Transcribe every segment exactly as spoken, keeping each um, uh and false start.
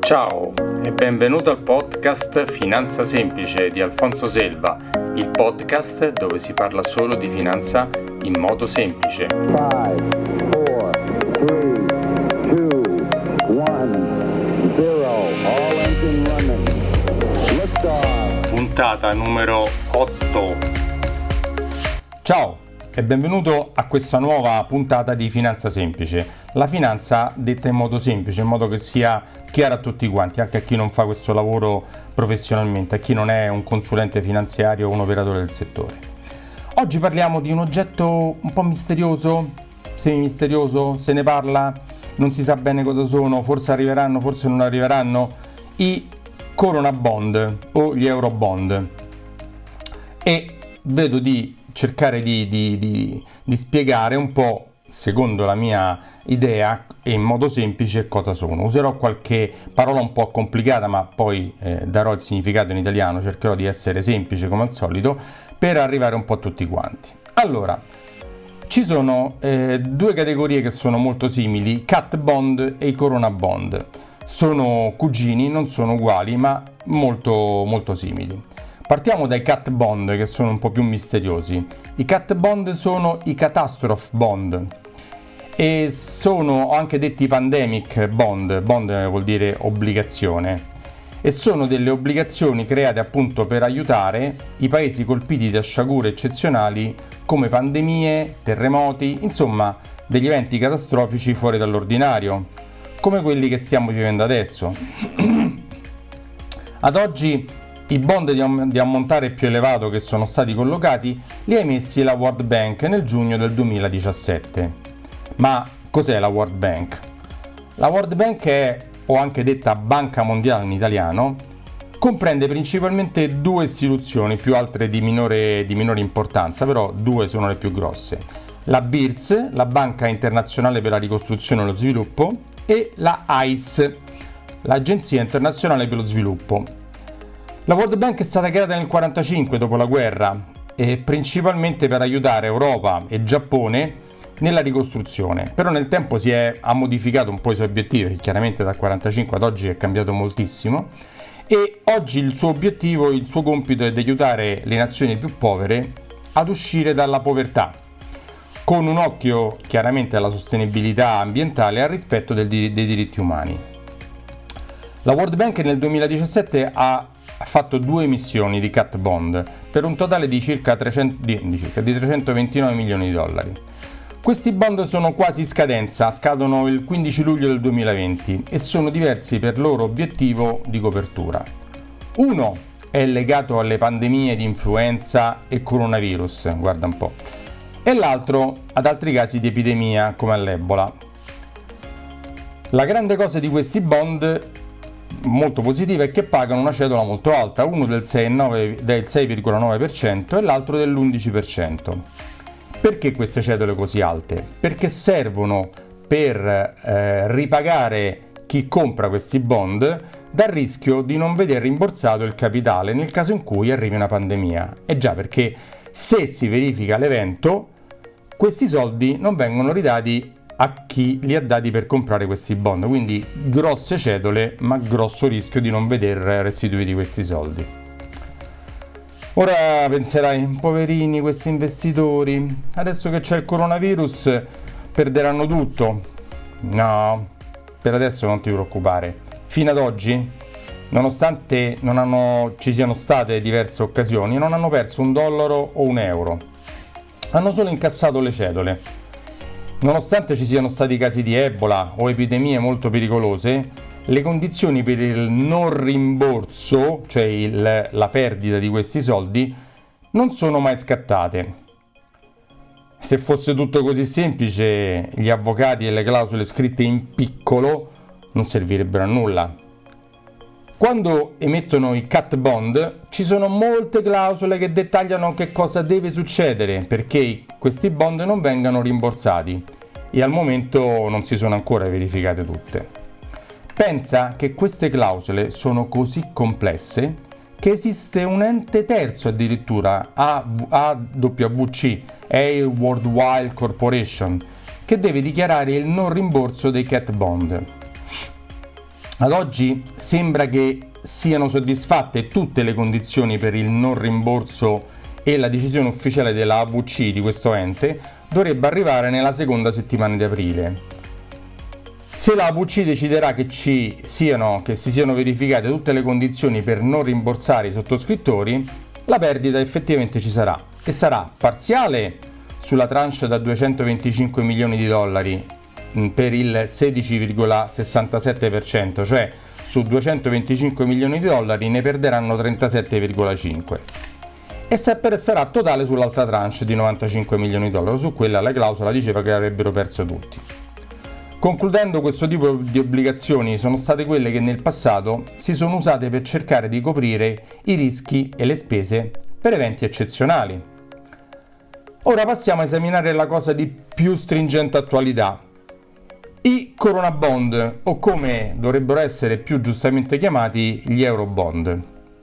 Ciao e benvenuto al podcast Finanza Semplice di Alfonso Selva, il podcast dove si parla solo di finanza in modo semplice. five, four, three, two, one, zero. All engine running. Liftoff. Puntata numero otto. Ciao e benvenuto a questa nuova puntata di Finanza Semplice. La finanza detta in modo semplice, in modo che sia chiara a tutti quanti, anche a chi non fa questo lavoro professionalmente, a chi non è un consulente finanziario o un operatore del settore. Oggi parliamo di un oggetto un po' misterioso, semi-misterioso, se ne parla, non si sa bene cosa sono, forse arriveranno, forse non arriveranno, i Corona Bond o gli Euro Bond. E vedo di cercare di, di, di, di spiegare un po', secondo la mia idea e in modo semplice, cosa sono. Userò qualche parola un po' complicata, ma poi eh, darò il significato in italiano, cercherò di essere semplice come al solito per arrivare un po' a tutti quanti. Allora, ci sono eh, due categorie che sono molto simili, Cat Bond e i Corona Bond. Sono cugini, non sono uguali, ma molto molto simili. Partiamo dai Cat Bond, che sono un po' più misteriosi. I Cat Bond sono i Catastrophe Bond e sono anche detti Pandemic Bond. Bond vuol dire obbligazione, e sono delle obbligazioni create appunto per aiutare i paesi colpiti da sciagure eccezionali come pandemie, terremoti, insomma degli eventi catastrofici fuori dall'ordinario, come quelli che stiamo vivendo adesso. Ad oggi i bond di, am- di ammontare più elevato che sono stati collocati li ha emessi la World Bank nel giugno del duemiladiciassette. Ma cos'è la World Bank? La World Bank è, o anche detta Banca Mondiale in italiano, comprende principalmente due istituzioni, più altre di minore, di minore importanza, però due sono le più grosse. La B I R S, la Banca Internazionale per la Ricostruzione e lo Sviluppo, e la A I S, l'Agenzia Internazionale per lo Sviluppo. La World Bank è stata creata nel millenovecentoquarantacinque dopo la guerra e principalmente per aiutare Europa e Giappone nella ricostruzione, però nel tempo si è ha modificato un po' i suoi obiettivi, che chiaramente dal millenovecentoquarantacinque ad oggi è cambiato moltissimo, e oggi il suo obiettivo, il suo compito è di aiutare le nazioni più povere ad uscire dalla povertà, con un occhio chiaramente alla sostenibilità ambientale e al rispetto del, dei diritti umani. La World Bank nel duemiladiciassette ha ha fatto due emissioni di Cat Bond per un totale di circa, trecento, di, di, circa di trecentoventinove milioni di dollari. Questi bond sono quasi in scadenza, scadono il quindici luglio del duemilaventi e sono diversi per loro obiettivo di copertura. Uno è legato alle pandemie di influenza e coronavirus, guarda un po', e l'altro ad altri casi di epidemia come all'Ebola. La grande cosa di questi bond molto positiva è che pagano una cedola molto alta, uno del sei virgola nove per cento e l'altro dell'undici per cento. Perché queste cedole così alte? Perché servono per eh, ripagare chi compra questi bond dal rischio di non veder rimborsato il capitale nel caso in cui arrivi una pandemia. E già, perché se si verifica l'evento, questi soldi non vengono ridati a chi li ha dati per comprare questi bond, quindi grosse cedole ma grosso rischio di non veder restituiti questi soldi. Ora penserai, poverini questi investitori, adesso che c'è il coronavirus perderanno tutto. No, per adesso non ti preoccupare. Fino ad oggi, nonostante non hanno, ci siano state diverse occasioni, non hanno perso un dollaro o un euro, hanno solo incassato le cedole. Nonostante ci siano stati casi di Ebola o epidemie molto pericolose, le condizioni per il non rimborso, cioè il, la perdita di questi soldi, non sono mai scattate. Se fosse tutto così semplice, gli avvocati e le clausole scritte in piccolo non servirebbero a nulla. Quando emettono i Cat Bond ci sono molte clausole che dettagliano che cosa deve succedere perché questi bond non vengano rimborsati e al momento non si sono ancora verificate tutte. Pensa che queste clausole sono così complesse che esiste un ente terzo addirittura, A W C, A Worldwide Corporation, che deve dichiarare il non rimborso dei Cat Bond. Ad oggi sembra che siano soddisfatte tutte le condizioni per il non rimborso e la decisione ufficiale della A V C di questo ente dovrebbe arrivare nella seconda settimana di aprile. Se la A V C deciderà che, ci siano, che si siano verificate tutte le condizioni per non rimborsare i sottoscrittori, la perdita effettivamente ci sarà e sarà parziale sulla tranche da duecentoventicinque milioni di dollari per il sedici virgola sessantasette per cento, cioè su duecentoventicinque milioni di dollari ne perderanno trentasette virgola cinque, e sarà totale sull'altra tranche di novantacinque milioni di dollari. Su quella la clausola diceva che avrebbero perso tutti. Concludendo, questo tipo di obbligazioni sono state quelle che nel passato si sono usate per cercare di coprire i rischi e le spese per eventi eccezionali. Ora passiamo a esaminare la cosa di più stringente attualità: i Corona Bond, o come dovrebbero essere più giustamente chiamati, gli Euro Bond.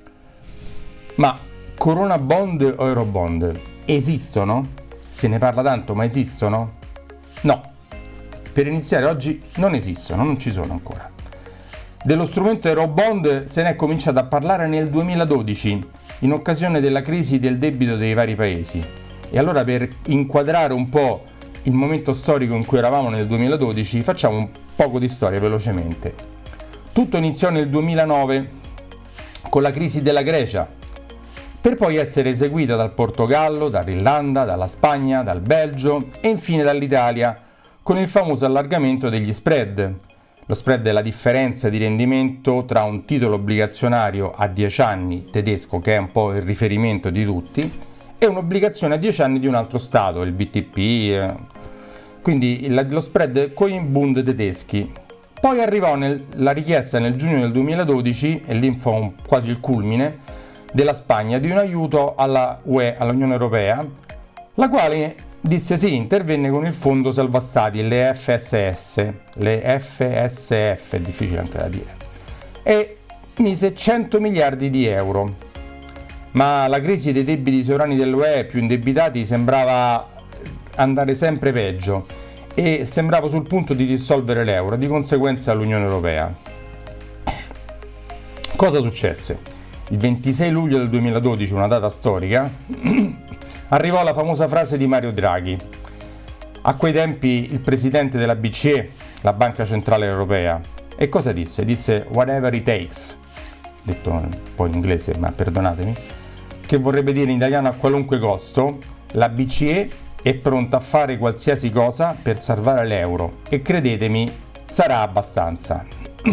Ma Corona Bond o Euro Bond esistono? Se ne parla tanto, ma esistono? No. Per iniziare oggi non esistono, non ci sono ancora. Dello strumento Euro Bond se ne è cominciato a parlare nel duemiladodici, in occasione della crisi del debito dei vari paesi. E allora, per inquadrare un po' il momento storico in cui eravamo nel duemiladodici, facciamo un poco di storia velocemente. Tutto iniziò nel duemilanove con la crisi della Grecia, per poi essere eseguita dal Portogallo, dall'Irlanda, dalla Spagna, dal Belgio e infine dall'Italia, con il famoso allargamento degli spread. Lo spread è la differenza di rendimento tra un titolo obbligazionario a dieci anni tedesco, che è un po' il riferimento di tutti, e un'obbligazione a dieci anni di un altro stato, il B T P, eh. quindi il, lo spread con i Bund tedeschi. Poi arrivò nel, la richiesta nel giugno del duemiladodici, e lì fu un, quasi il culmine, della Spagna di un aiuto alla U E, all'Unione Europea, la quale disse sì, intervenne con il fondo salva stati, le F S S, le F S F, è difficile anche da dire, e mise cento miliardi di euro. Ma la crisi dei debiti sovrani dell'U E più indebitati sembrava andare sempre peggio e sembrava sul punto di dissolvere l'euro, di conseguenza l'Unione Europea. Cosa successe? Il ventisei luglio del duemiladodici, una data storica, arrivò la famosa frase di Mario Draghi. A quei tempi il presidente della B C E, la Banca Centrale Europea, e cosa disse? Disse whatever it takes, detto un po' in inglese, ma perdonatemi, che vorrebbe dire in italiano a qualunque costo, la B C E è pronta a fare qualsiasi cosa per salvare l'euro e credetemi, sarà abbastanza.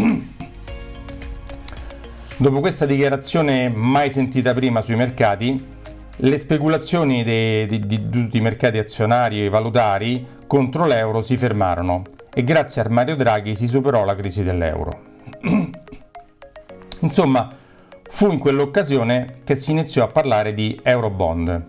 Dopo questa dichiarazione mai sentita prima sui mercati, le speculazioni di, di, di tutti i mercati azionari e valutari contro l'euro si fermarono e grazie a Mario Draghi si superò la crisi dell'euro. Insomma, fu in quell'occasione che si iniziò a parlare di Eurobond.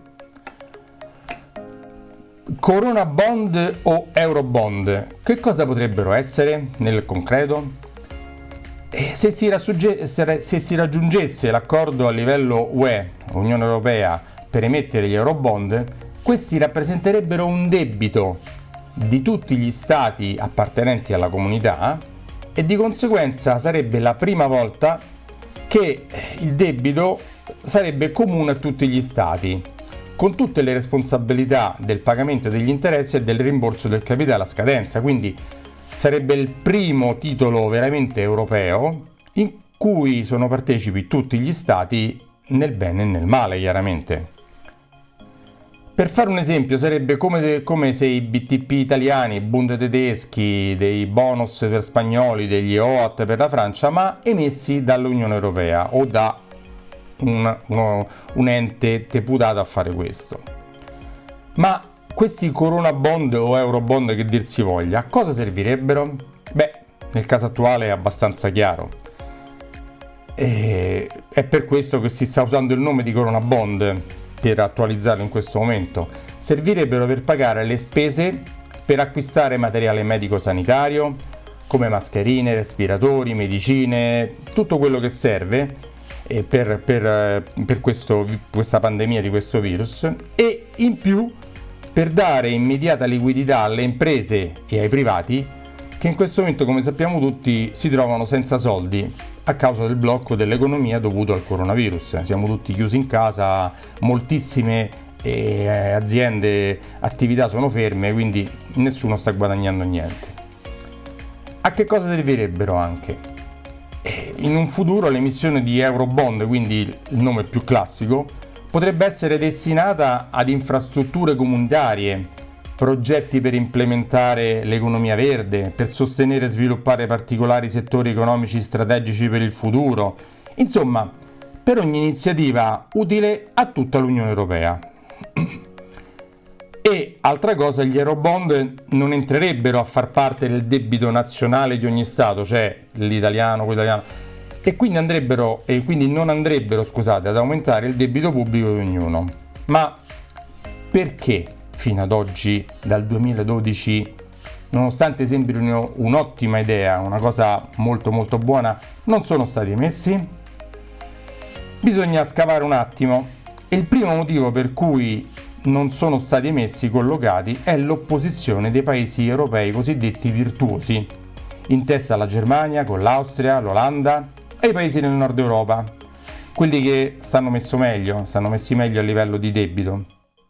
Corona Bond o Eurobond, che cosa potrebbero essere nel concreto? E se, si raggiunge, se si raggiungesse l'accordo a livello U E, Unione Europea, per emettere gli Eurobond, questi rappresenterebbero un debito di tutti gli stati appartenenti alla comunità e di conseguenza sarebbe la prima volta che il debito sarebbe comune a tutti gli stati, con tutte le responsabilità del pagamento degli interessi e del rimborso del capitale a scadenza. Quindi sarebbe il primo titolo veramente europeo in cui sono partecipi tutti gli stati nel bene e nel male, chiaramente. Per fare un esempio, sarebbe come, come se i B T P italiani, i Bund tedeschi, dei bonus per spagnoli, degli O A T per la Francia, ma emessi dall'Unione Europea o da un, uno, un ente deputato a fare questo. Ma questi Corona Bond o Euro Bond, che dir si voglia, a cosa servirebbero? Beh, nel caso attuale è abbastanza chiaro. E è per questo che si sta usando il nome di Corona Bond per attualizzarlo in questo momento. Servirebbero per pagare le spese per acquistare materiale medico-sanitario, come mascherine, respiratori, medicine, tutto quello che serve per, per, per questo, questa pandemia di questo virus, e in più per dare immediata liquidità alle imprese e ai privati che in questo momento, come sappiamo tutti, si trovano senza soldi a causa del blocco dell'economia dovuto al coronavirus. Siamo tutti chiusi in casa, moltissime eh, aziende, attività sono ferme, quindi nessuno sta guadagnando niente. A che cosa servirebbero anche? Eh, in un futuro l'emissione di Eurobond, quindi il nome più classico, potrebbe essere destinata ad infrastrutture comunitarie, progetti per implementare l'economia verde, per sostenere e sviluppare particolari settori economici strategici per il futuro, insomma, per ogni iniziativa utile a tutta l'Unione Europea. E altra cosa, gli Eurobond non entrerebbero a far parte del debito nazionale di ogni Stato, cioè l'italiano, quello italiano, e quindi andrebbero, e quindi non andrebbero, scusate, ad aumentare il debito pubblico di ognuno. Ma perché fino ad oggi, dal duemiladodici, nonostante sembrino un'ottima idea, una cosa molto molto buona, non sono stati emessi? Bisogna scavare un attimo. Il primo motivo per cui non sono stati emessi collocati è l'opposizione dei paesi europei cosiddetti virtuosi, in testa alla Germania, con l'Austria, l'Olanda e i paesi del nord Europa, quelli che stanno messo meglio, stanno messi meglio a livello di debito.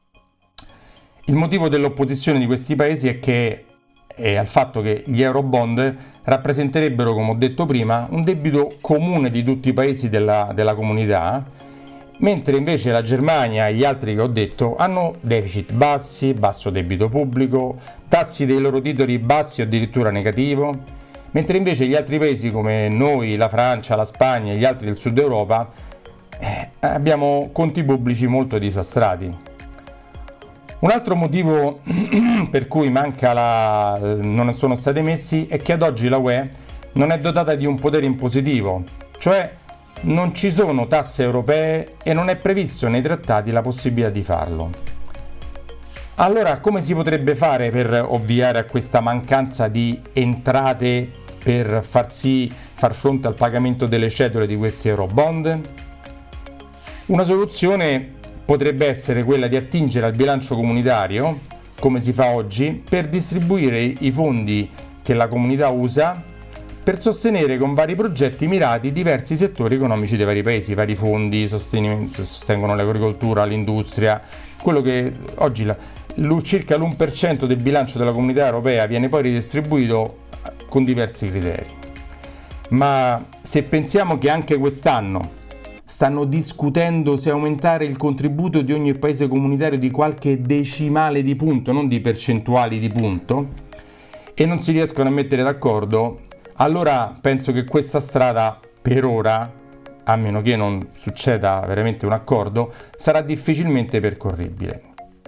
Il motivo dell'opposizione di questi paesi è che è al fatto che gli Eurobond rappresenterebbero, come ho detto prima, un debito comune di tutti i paesi della, della comunità, mentre invece la Germania e gli altri che ho detto hanno deficit bassi, basso debito pubblico, tassi dei loro titoli bassi o addirittura negativo, mentre invece gli altri paesi come noi, la Francia, la Spagna e gli altri del sud Europa eh, abbiamo conti pubblici molto disastrati. Un altro motivo per cui manca la, non sono stati emessi è che ad oggi la U E non è dotata di un potere impositivo, cioè non ci sono tasse europee e non è previsto nei trattati la possibilità di farlo. Allora, come si potrebbe fare per ovviare a questa mancanza di entrate per far sì, far fronte al pagamento delle cedole di questi Eurobond? Una soluzione potrebbe essere quella di attingere al bilancio comunitario, come si fa oggi, per distribuire i fondi che la comunità usa per sostenere con vari progetti mirati diversi settori economici dei vari paesi. I vari fondi sostengono l'agricoltura, l'industria, quello che oggi la, circa l'uno per cento del bilancio della comunità europea viene poi ridistribuito con diversi criteri. Ma se pensiamo che anche quest'anno stanno discutendo se aumentare il contributo di ogni paese comunitario di qualche decimale di punto, non di percentuali di punto, e non si riescono a mettere d'accordo, allora penso che questa strada per ora, a meno che non succeda veramente un accordo, sarà difficilmente percorribile.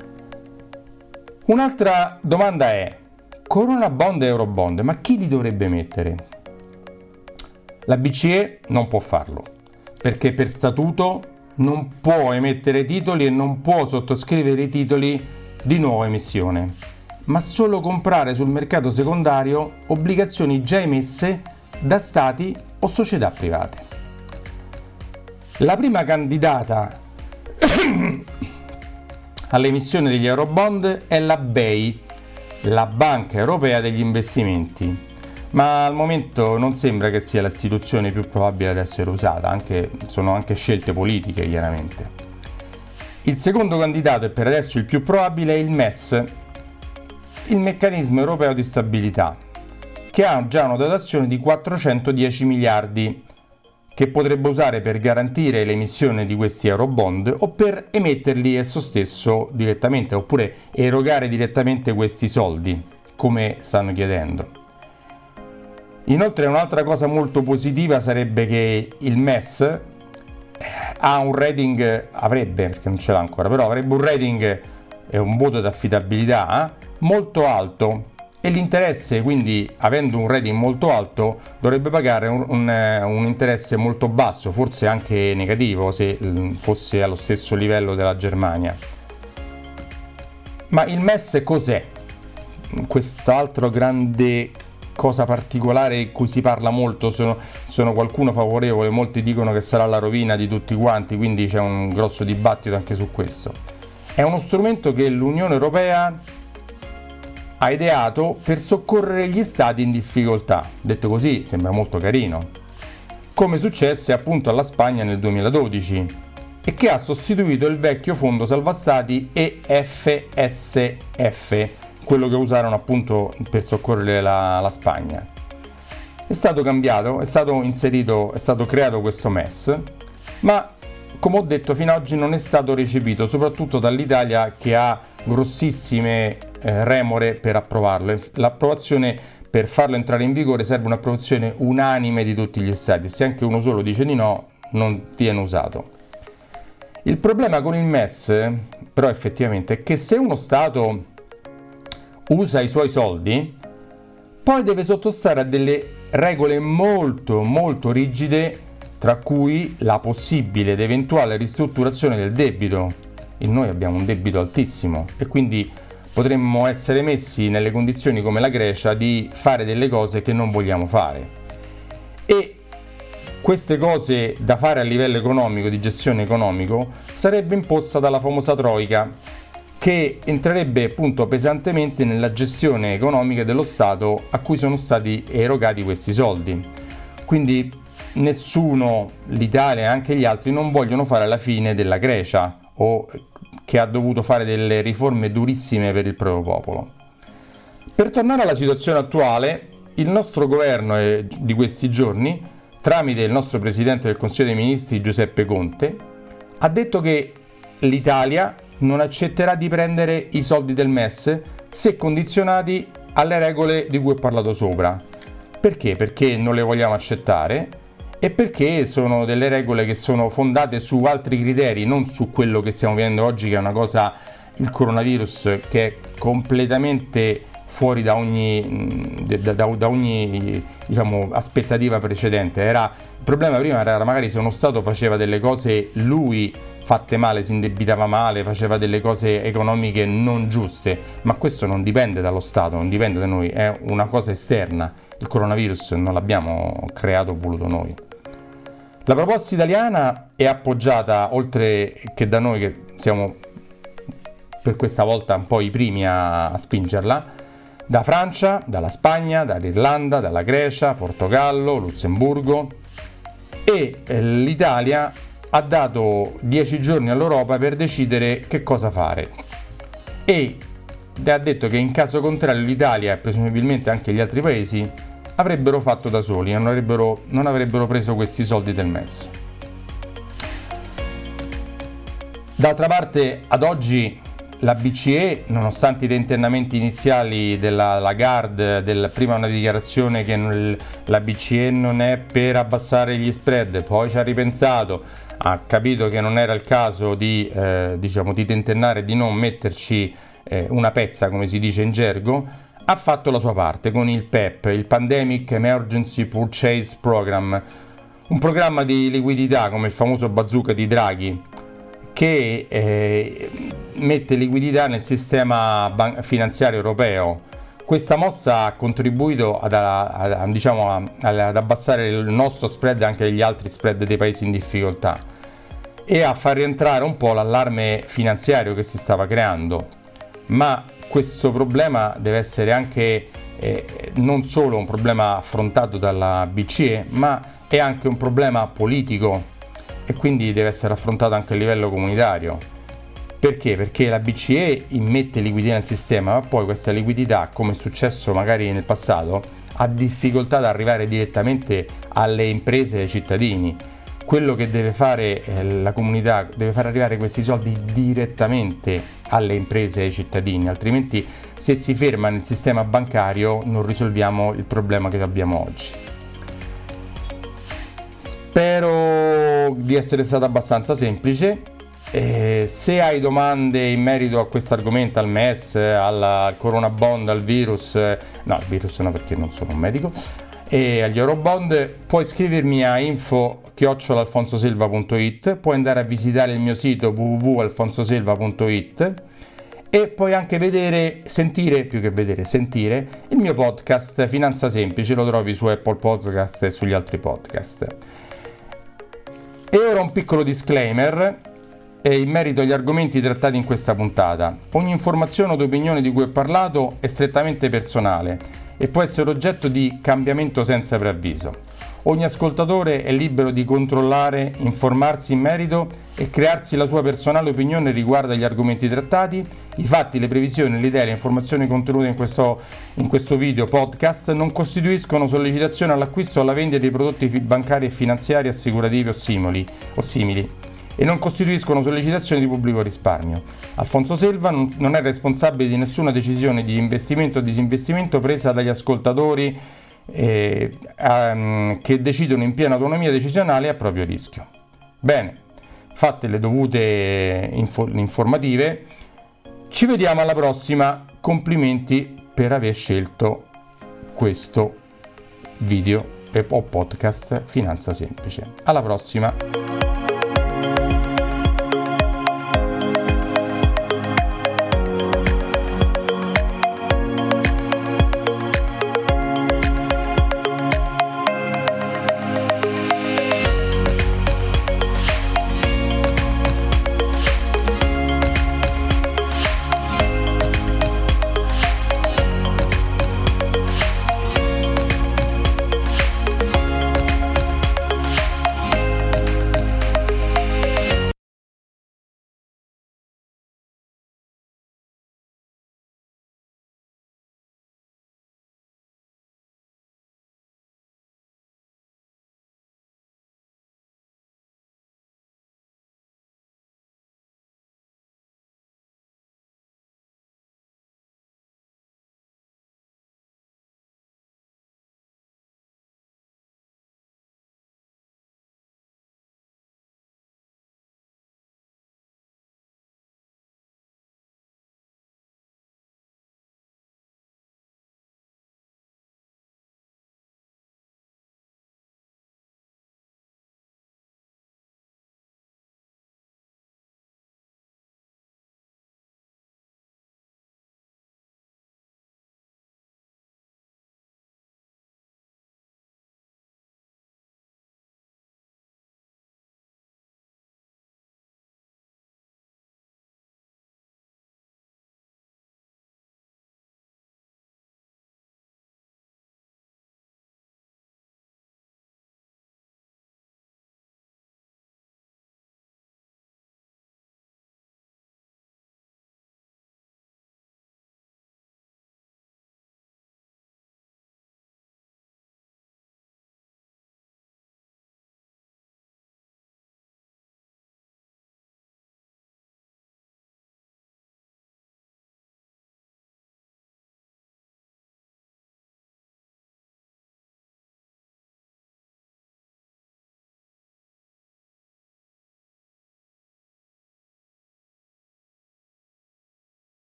Un'altra domanda è: Corona Bond e Eurobond, ma chi li dovrebbe mettere? La B C E non può farlo, perché per statuto non può emettere titoli e non può sottoscrivere titoli di nuova emissione, ma solo comprare sul mercato secondario obbligazioni già emesse da stati o società private. La prima candidata all'emissione degli Eurobond è la B E I, la Banca Europea degli Investimenti, ma al momento non sembra che sia l'istituzione più probabile ad essere usata, anche, sono anche scelte politiche chiaramente. Il secondo candidato, e per adesso il più probabile, è il M E S, il Meccanismo Europeo di Stabilità, che ha già una dotazione di quattrocentodieci miliardi, che potrebbe usare per garantire l'emissione di questi Eurobond o per emetterli esso stesso direttamente, oppure erogare direttamente questi soldi, come stanno chiedendo. Inoltre un'altra cosa molto positiva sarebbe che il M E S ha un rating, avrebbe, perché non ce l'ha ancora, però avrebbe un rating e un voto di affidabilità molto alto, e l'interesse, quindi avendo un rating molto alto, dovrebbe pagare un, un, un interesse molto basso, forse anche negativo se fosse allo stesso livello della Germania. Ma il M E S cos'è? Quest'altro grande cosa particolare di cui si parla molto, sono, sono qualcuno favorevole, molti dicono che sarà la rovina di tutti quanti, quindi c'è un grosso dibattito anche su questo. È uno strumento che l'Unione Europea ha ideato per soccorrere gli stati in difficoltà. Detto così sembra molto carino, come successe appunto alla Spagna nel duemiladodici, e che ha sostituito il vecchio fondo salva stati E F S F, quello che usarono appunto per soccorrere la, la Spagna. È stato cambiato, è stato inserito, è stato creato questo M E S, ma come ho detto fino ad oggi non è stato recepito, soprattutto dall'Italia, che ha grossissime eh, remore per approvarlo. L'approvazione, per farlo entrare in vigore, serve un'approvazione unanime di tutti gli stati. Se anche uno solo dice di no, non viene usato. Il problema con il M E S, però, effettivamente, è che se uno stato usa i suoi soldi, poi deve sottostare a delle regole molto molto rigide, tra cui la possibile ed eventuale ristrutturazione del debito. E noi abbiamo un debito altissimo e quindi potremmo essere messi nelle condizioni, come la Grecia, di fare delle cose che non vogliamo fare. E queste cose da fare a livello economico, di gestione economico, sarebbe imposta dalla famosa Troika, che entrerebbe appunto pesantemente nella gestione economica dello Stato a cui sono stati erogati questi soldi. Quindi nessuno, l'Italia e anche gli altri, non vogliono fare la fine della Grecia, o che ha dovuto fare delle riforme durissime per il proprio popolo. Per tornare alla situazione attuale, il nostro governo eh, di questi giorni, tramite il nostro Presidente del Consiglio dei Ministri Giuseppe Conte, ha detto che l'Italia non accetterà di prendere i soldi del M E S se condizionati alle regole di cui ho parlato sopra. Perché? Perché non le vogliamo accettare e perché sono delle regole che sono fondate su altri criteri, non su quello che stiamo vedendo oggi, che è una cosa, il coronavirus, che è completamente fuori da ogni, da, da, da ogni diciamo, aspettativa precedente. Era, il problema prima era magari se uno Stato faceva delle cose lui fatte male, si indebitava male, faceva delle cose economiche non giuste, ma questo non dipende dallo Stato, non dipende da noi, è una cosa esterna. Il coronavirus non l'abbiamo creato o voluto noi. La proposta italiana è appoggiata, oltre che da noi, che siamo per questa volta un po' i primi a, a spingerla, da Francia, dalla Spagna, dall'Irlanda, dalla Grecia, Portogallo, Lussemburgo, e eh, l'Italia ha dato dieci giorni all'Europa per decidere che cosa fare, e ha detto che in caso contrario l'Italia e presumibilmente anche gli altri paesi avrebbero fatto da soli, non avrebbero, non avrebbero preso questi soldi del M E S. D'altra parte, ad oggi la B C E, nonostante i tentennamenti iniziali della Lagarde, del, prima una dichiarazione che non, la B C E non è per abbassare gli spread, poi ci ha ripensato, ha capito che non era il caso di, eh, diciamo, di tentennare, di non metterci eh, una pezza, come si dice in gergo, ha fatto la sua parte con il P E P, il Pandemic Emergency Purchase Program, un programma di liquidità come il famoso bazooka di Draghi, che eh, mette liquidità nel sistema ban- finanziario europeo. Questa mossa ha contribuito ad, a, a, diciamo, a, ad abbassare il nostro spread e anche gli altri spread dei paesi in difficoltà e a far rientrare un po' l'allarme finanziario che si stava creando. Ma questo problema deve essere anche eh, non solo un problema affrontato dalla B C E, ma è anche un problema politico e quindi deve essere affrontato anche a livello comunitario. Perché? Perché la B C E immette liquidità nel sistema, ma poi questa liquidità, come è successo magari nel passato, ha difficoltà ad arrivare direttamente alle imprese e ai cittadini. Quello che deve fare eh, la comunità, deve far arrivare questi soldi direttamente alle imprese e ai cittadini, altrimenti se si ferma nel sistema bancario non risolviamo il problema che abbiamo oggi. Spero di essere stato abbastanza semplice. Eh, se hai domande in merito a questo argomento, al M E S, al, al Corona Bond, al virus, eh, no, il virus no perché non sono un medico, e agli Eurobond, puoi scrivermi a info chiocciola alfonsoselva punto it, puoi andare a visitare il mio sito w w w punto alfonsoselva punto it e puoi anche vedere, sentire, più che vedere, sentire il mio podcast Finanza Semplice, lo trovi su Apple Podcast e sugli altri podcast. E ora un piccolo disclaimer. e in merito agli argomenti trattati in questa puntata. Ogni informazione o opinione di cui ho parlato è strettamente personale e può essere oggetto di cambiamento senza preavviso. Ogni ascoltatore è libero di controllare, informarsi in merito e crearsi la sua personale opinione riguardo agli argomenti trattati. I fatti, le previsioni, le idee, le informazioni contenute in questo, in questo video podcast non costituiscono sollecitazione all'acquisto o alla vendita di prodotti bancari e finanziari, assicurativi o simili, o simili e non costituiscono sollecitazioni di pubblico risparmio. Alfonso Selva non, non è responsabile di nessuna decisione di investimento o disinvestimento presa dagli ascoltatori eh, um, che decidono in piena autonomia decisionale a proprio rischio. Bene, fatte le dovute info- informative, ci vediamo alla prossima. Complimenti per aver scelto questo video o podcast Finanza Semplice. Alla prossima!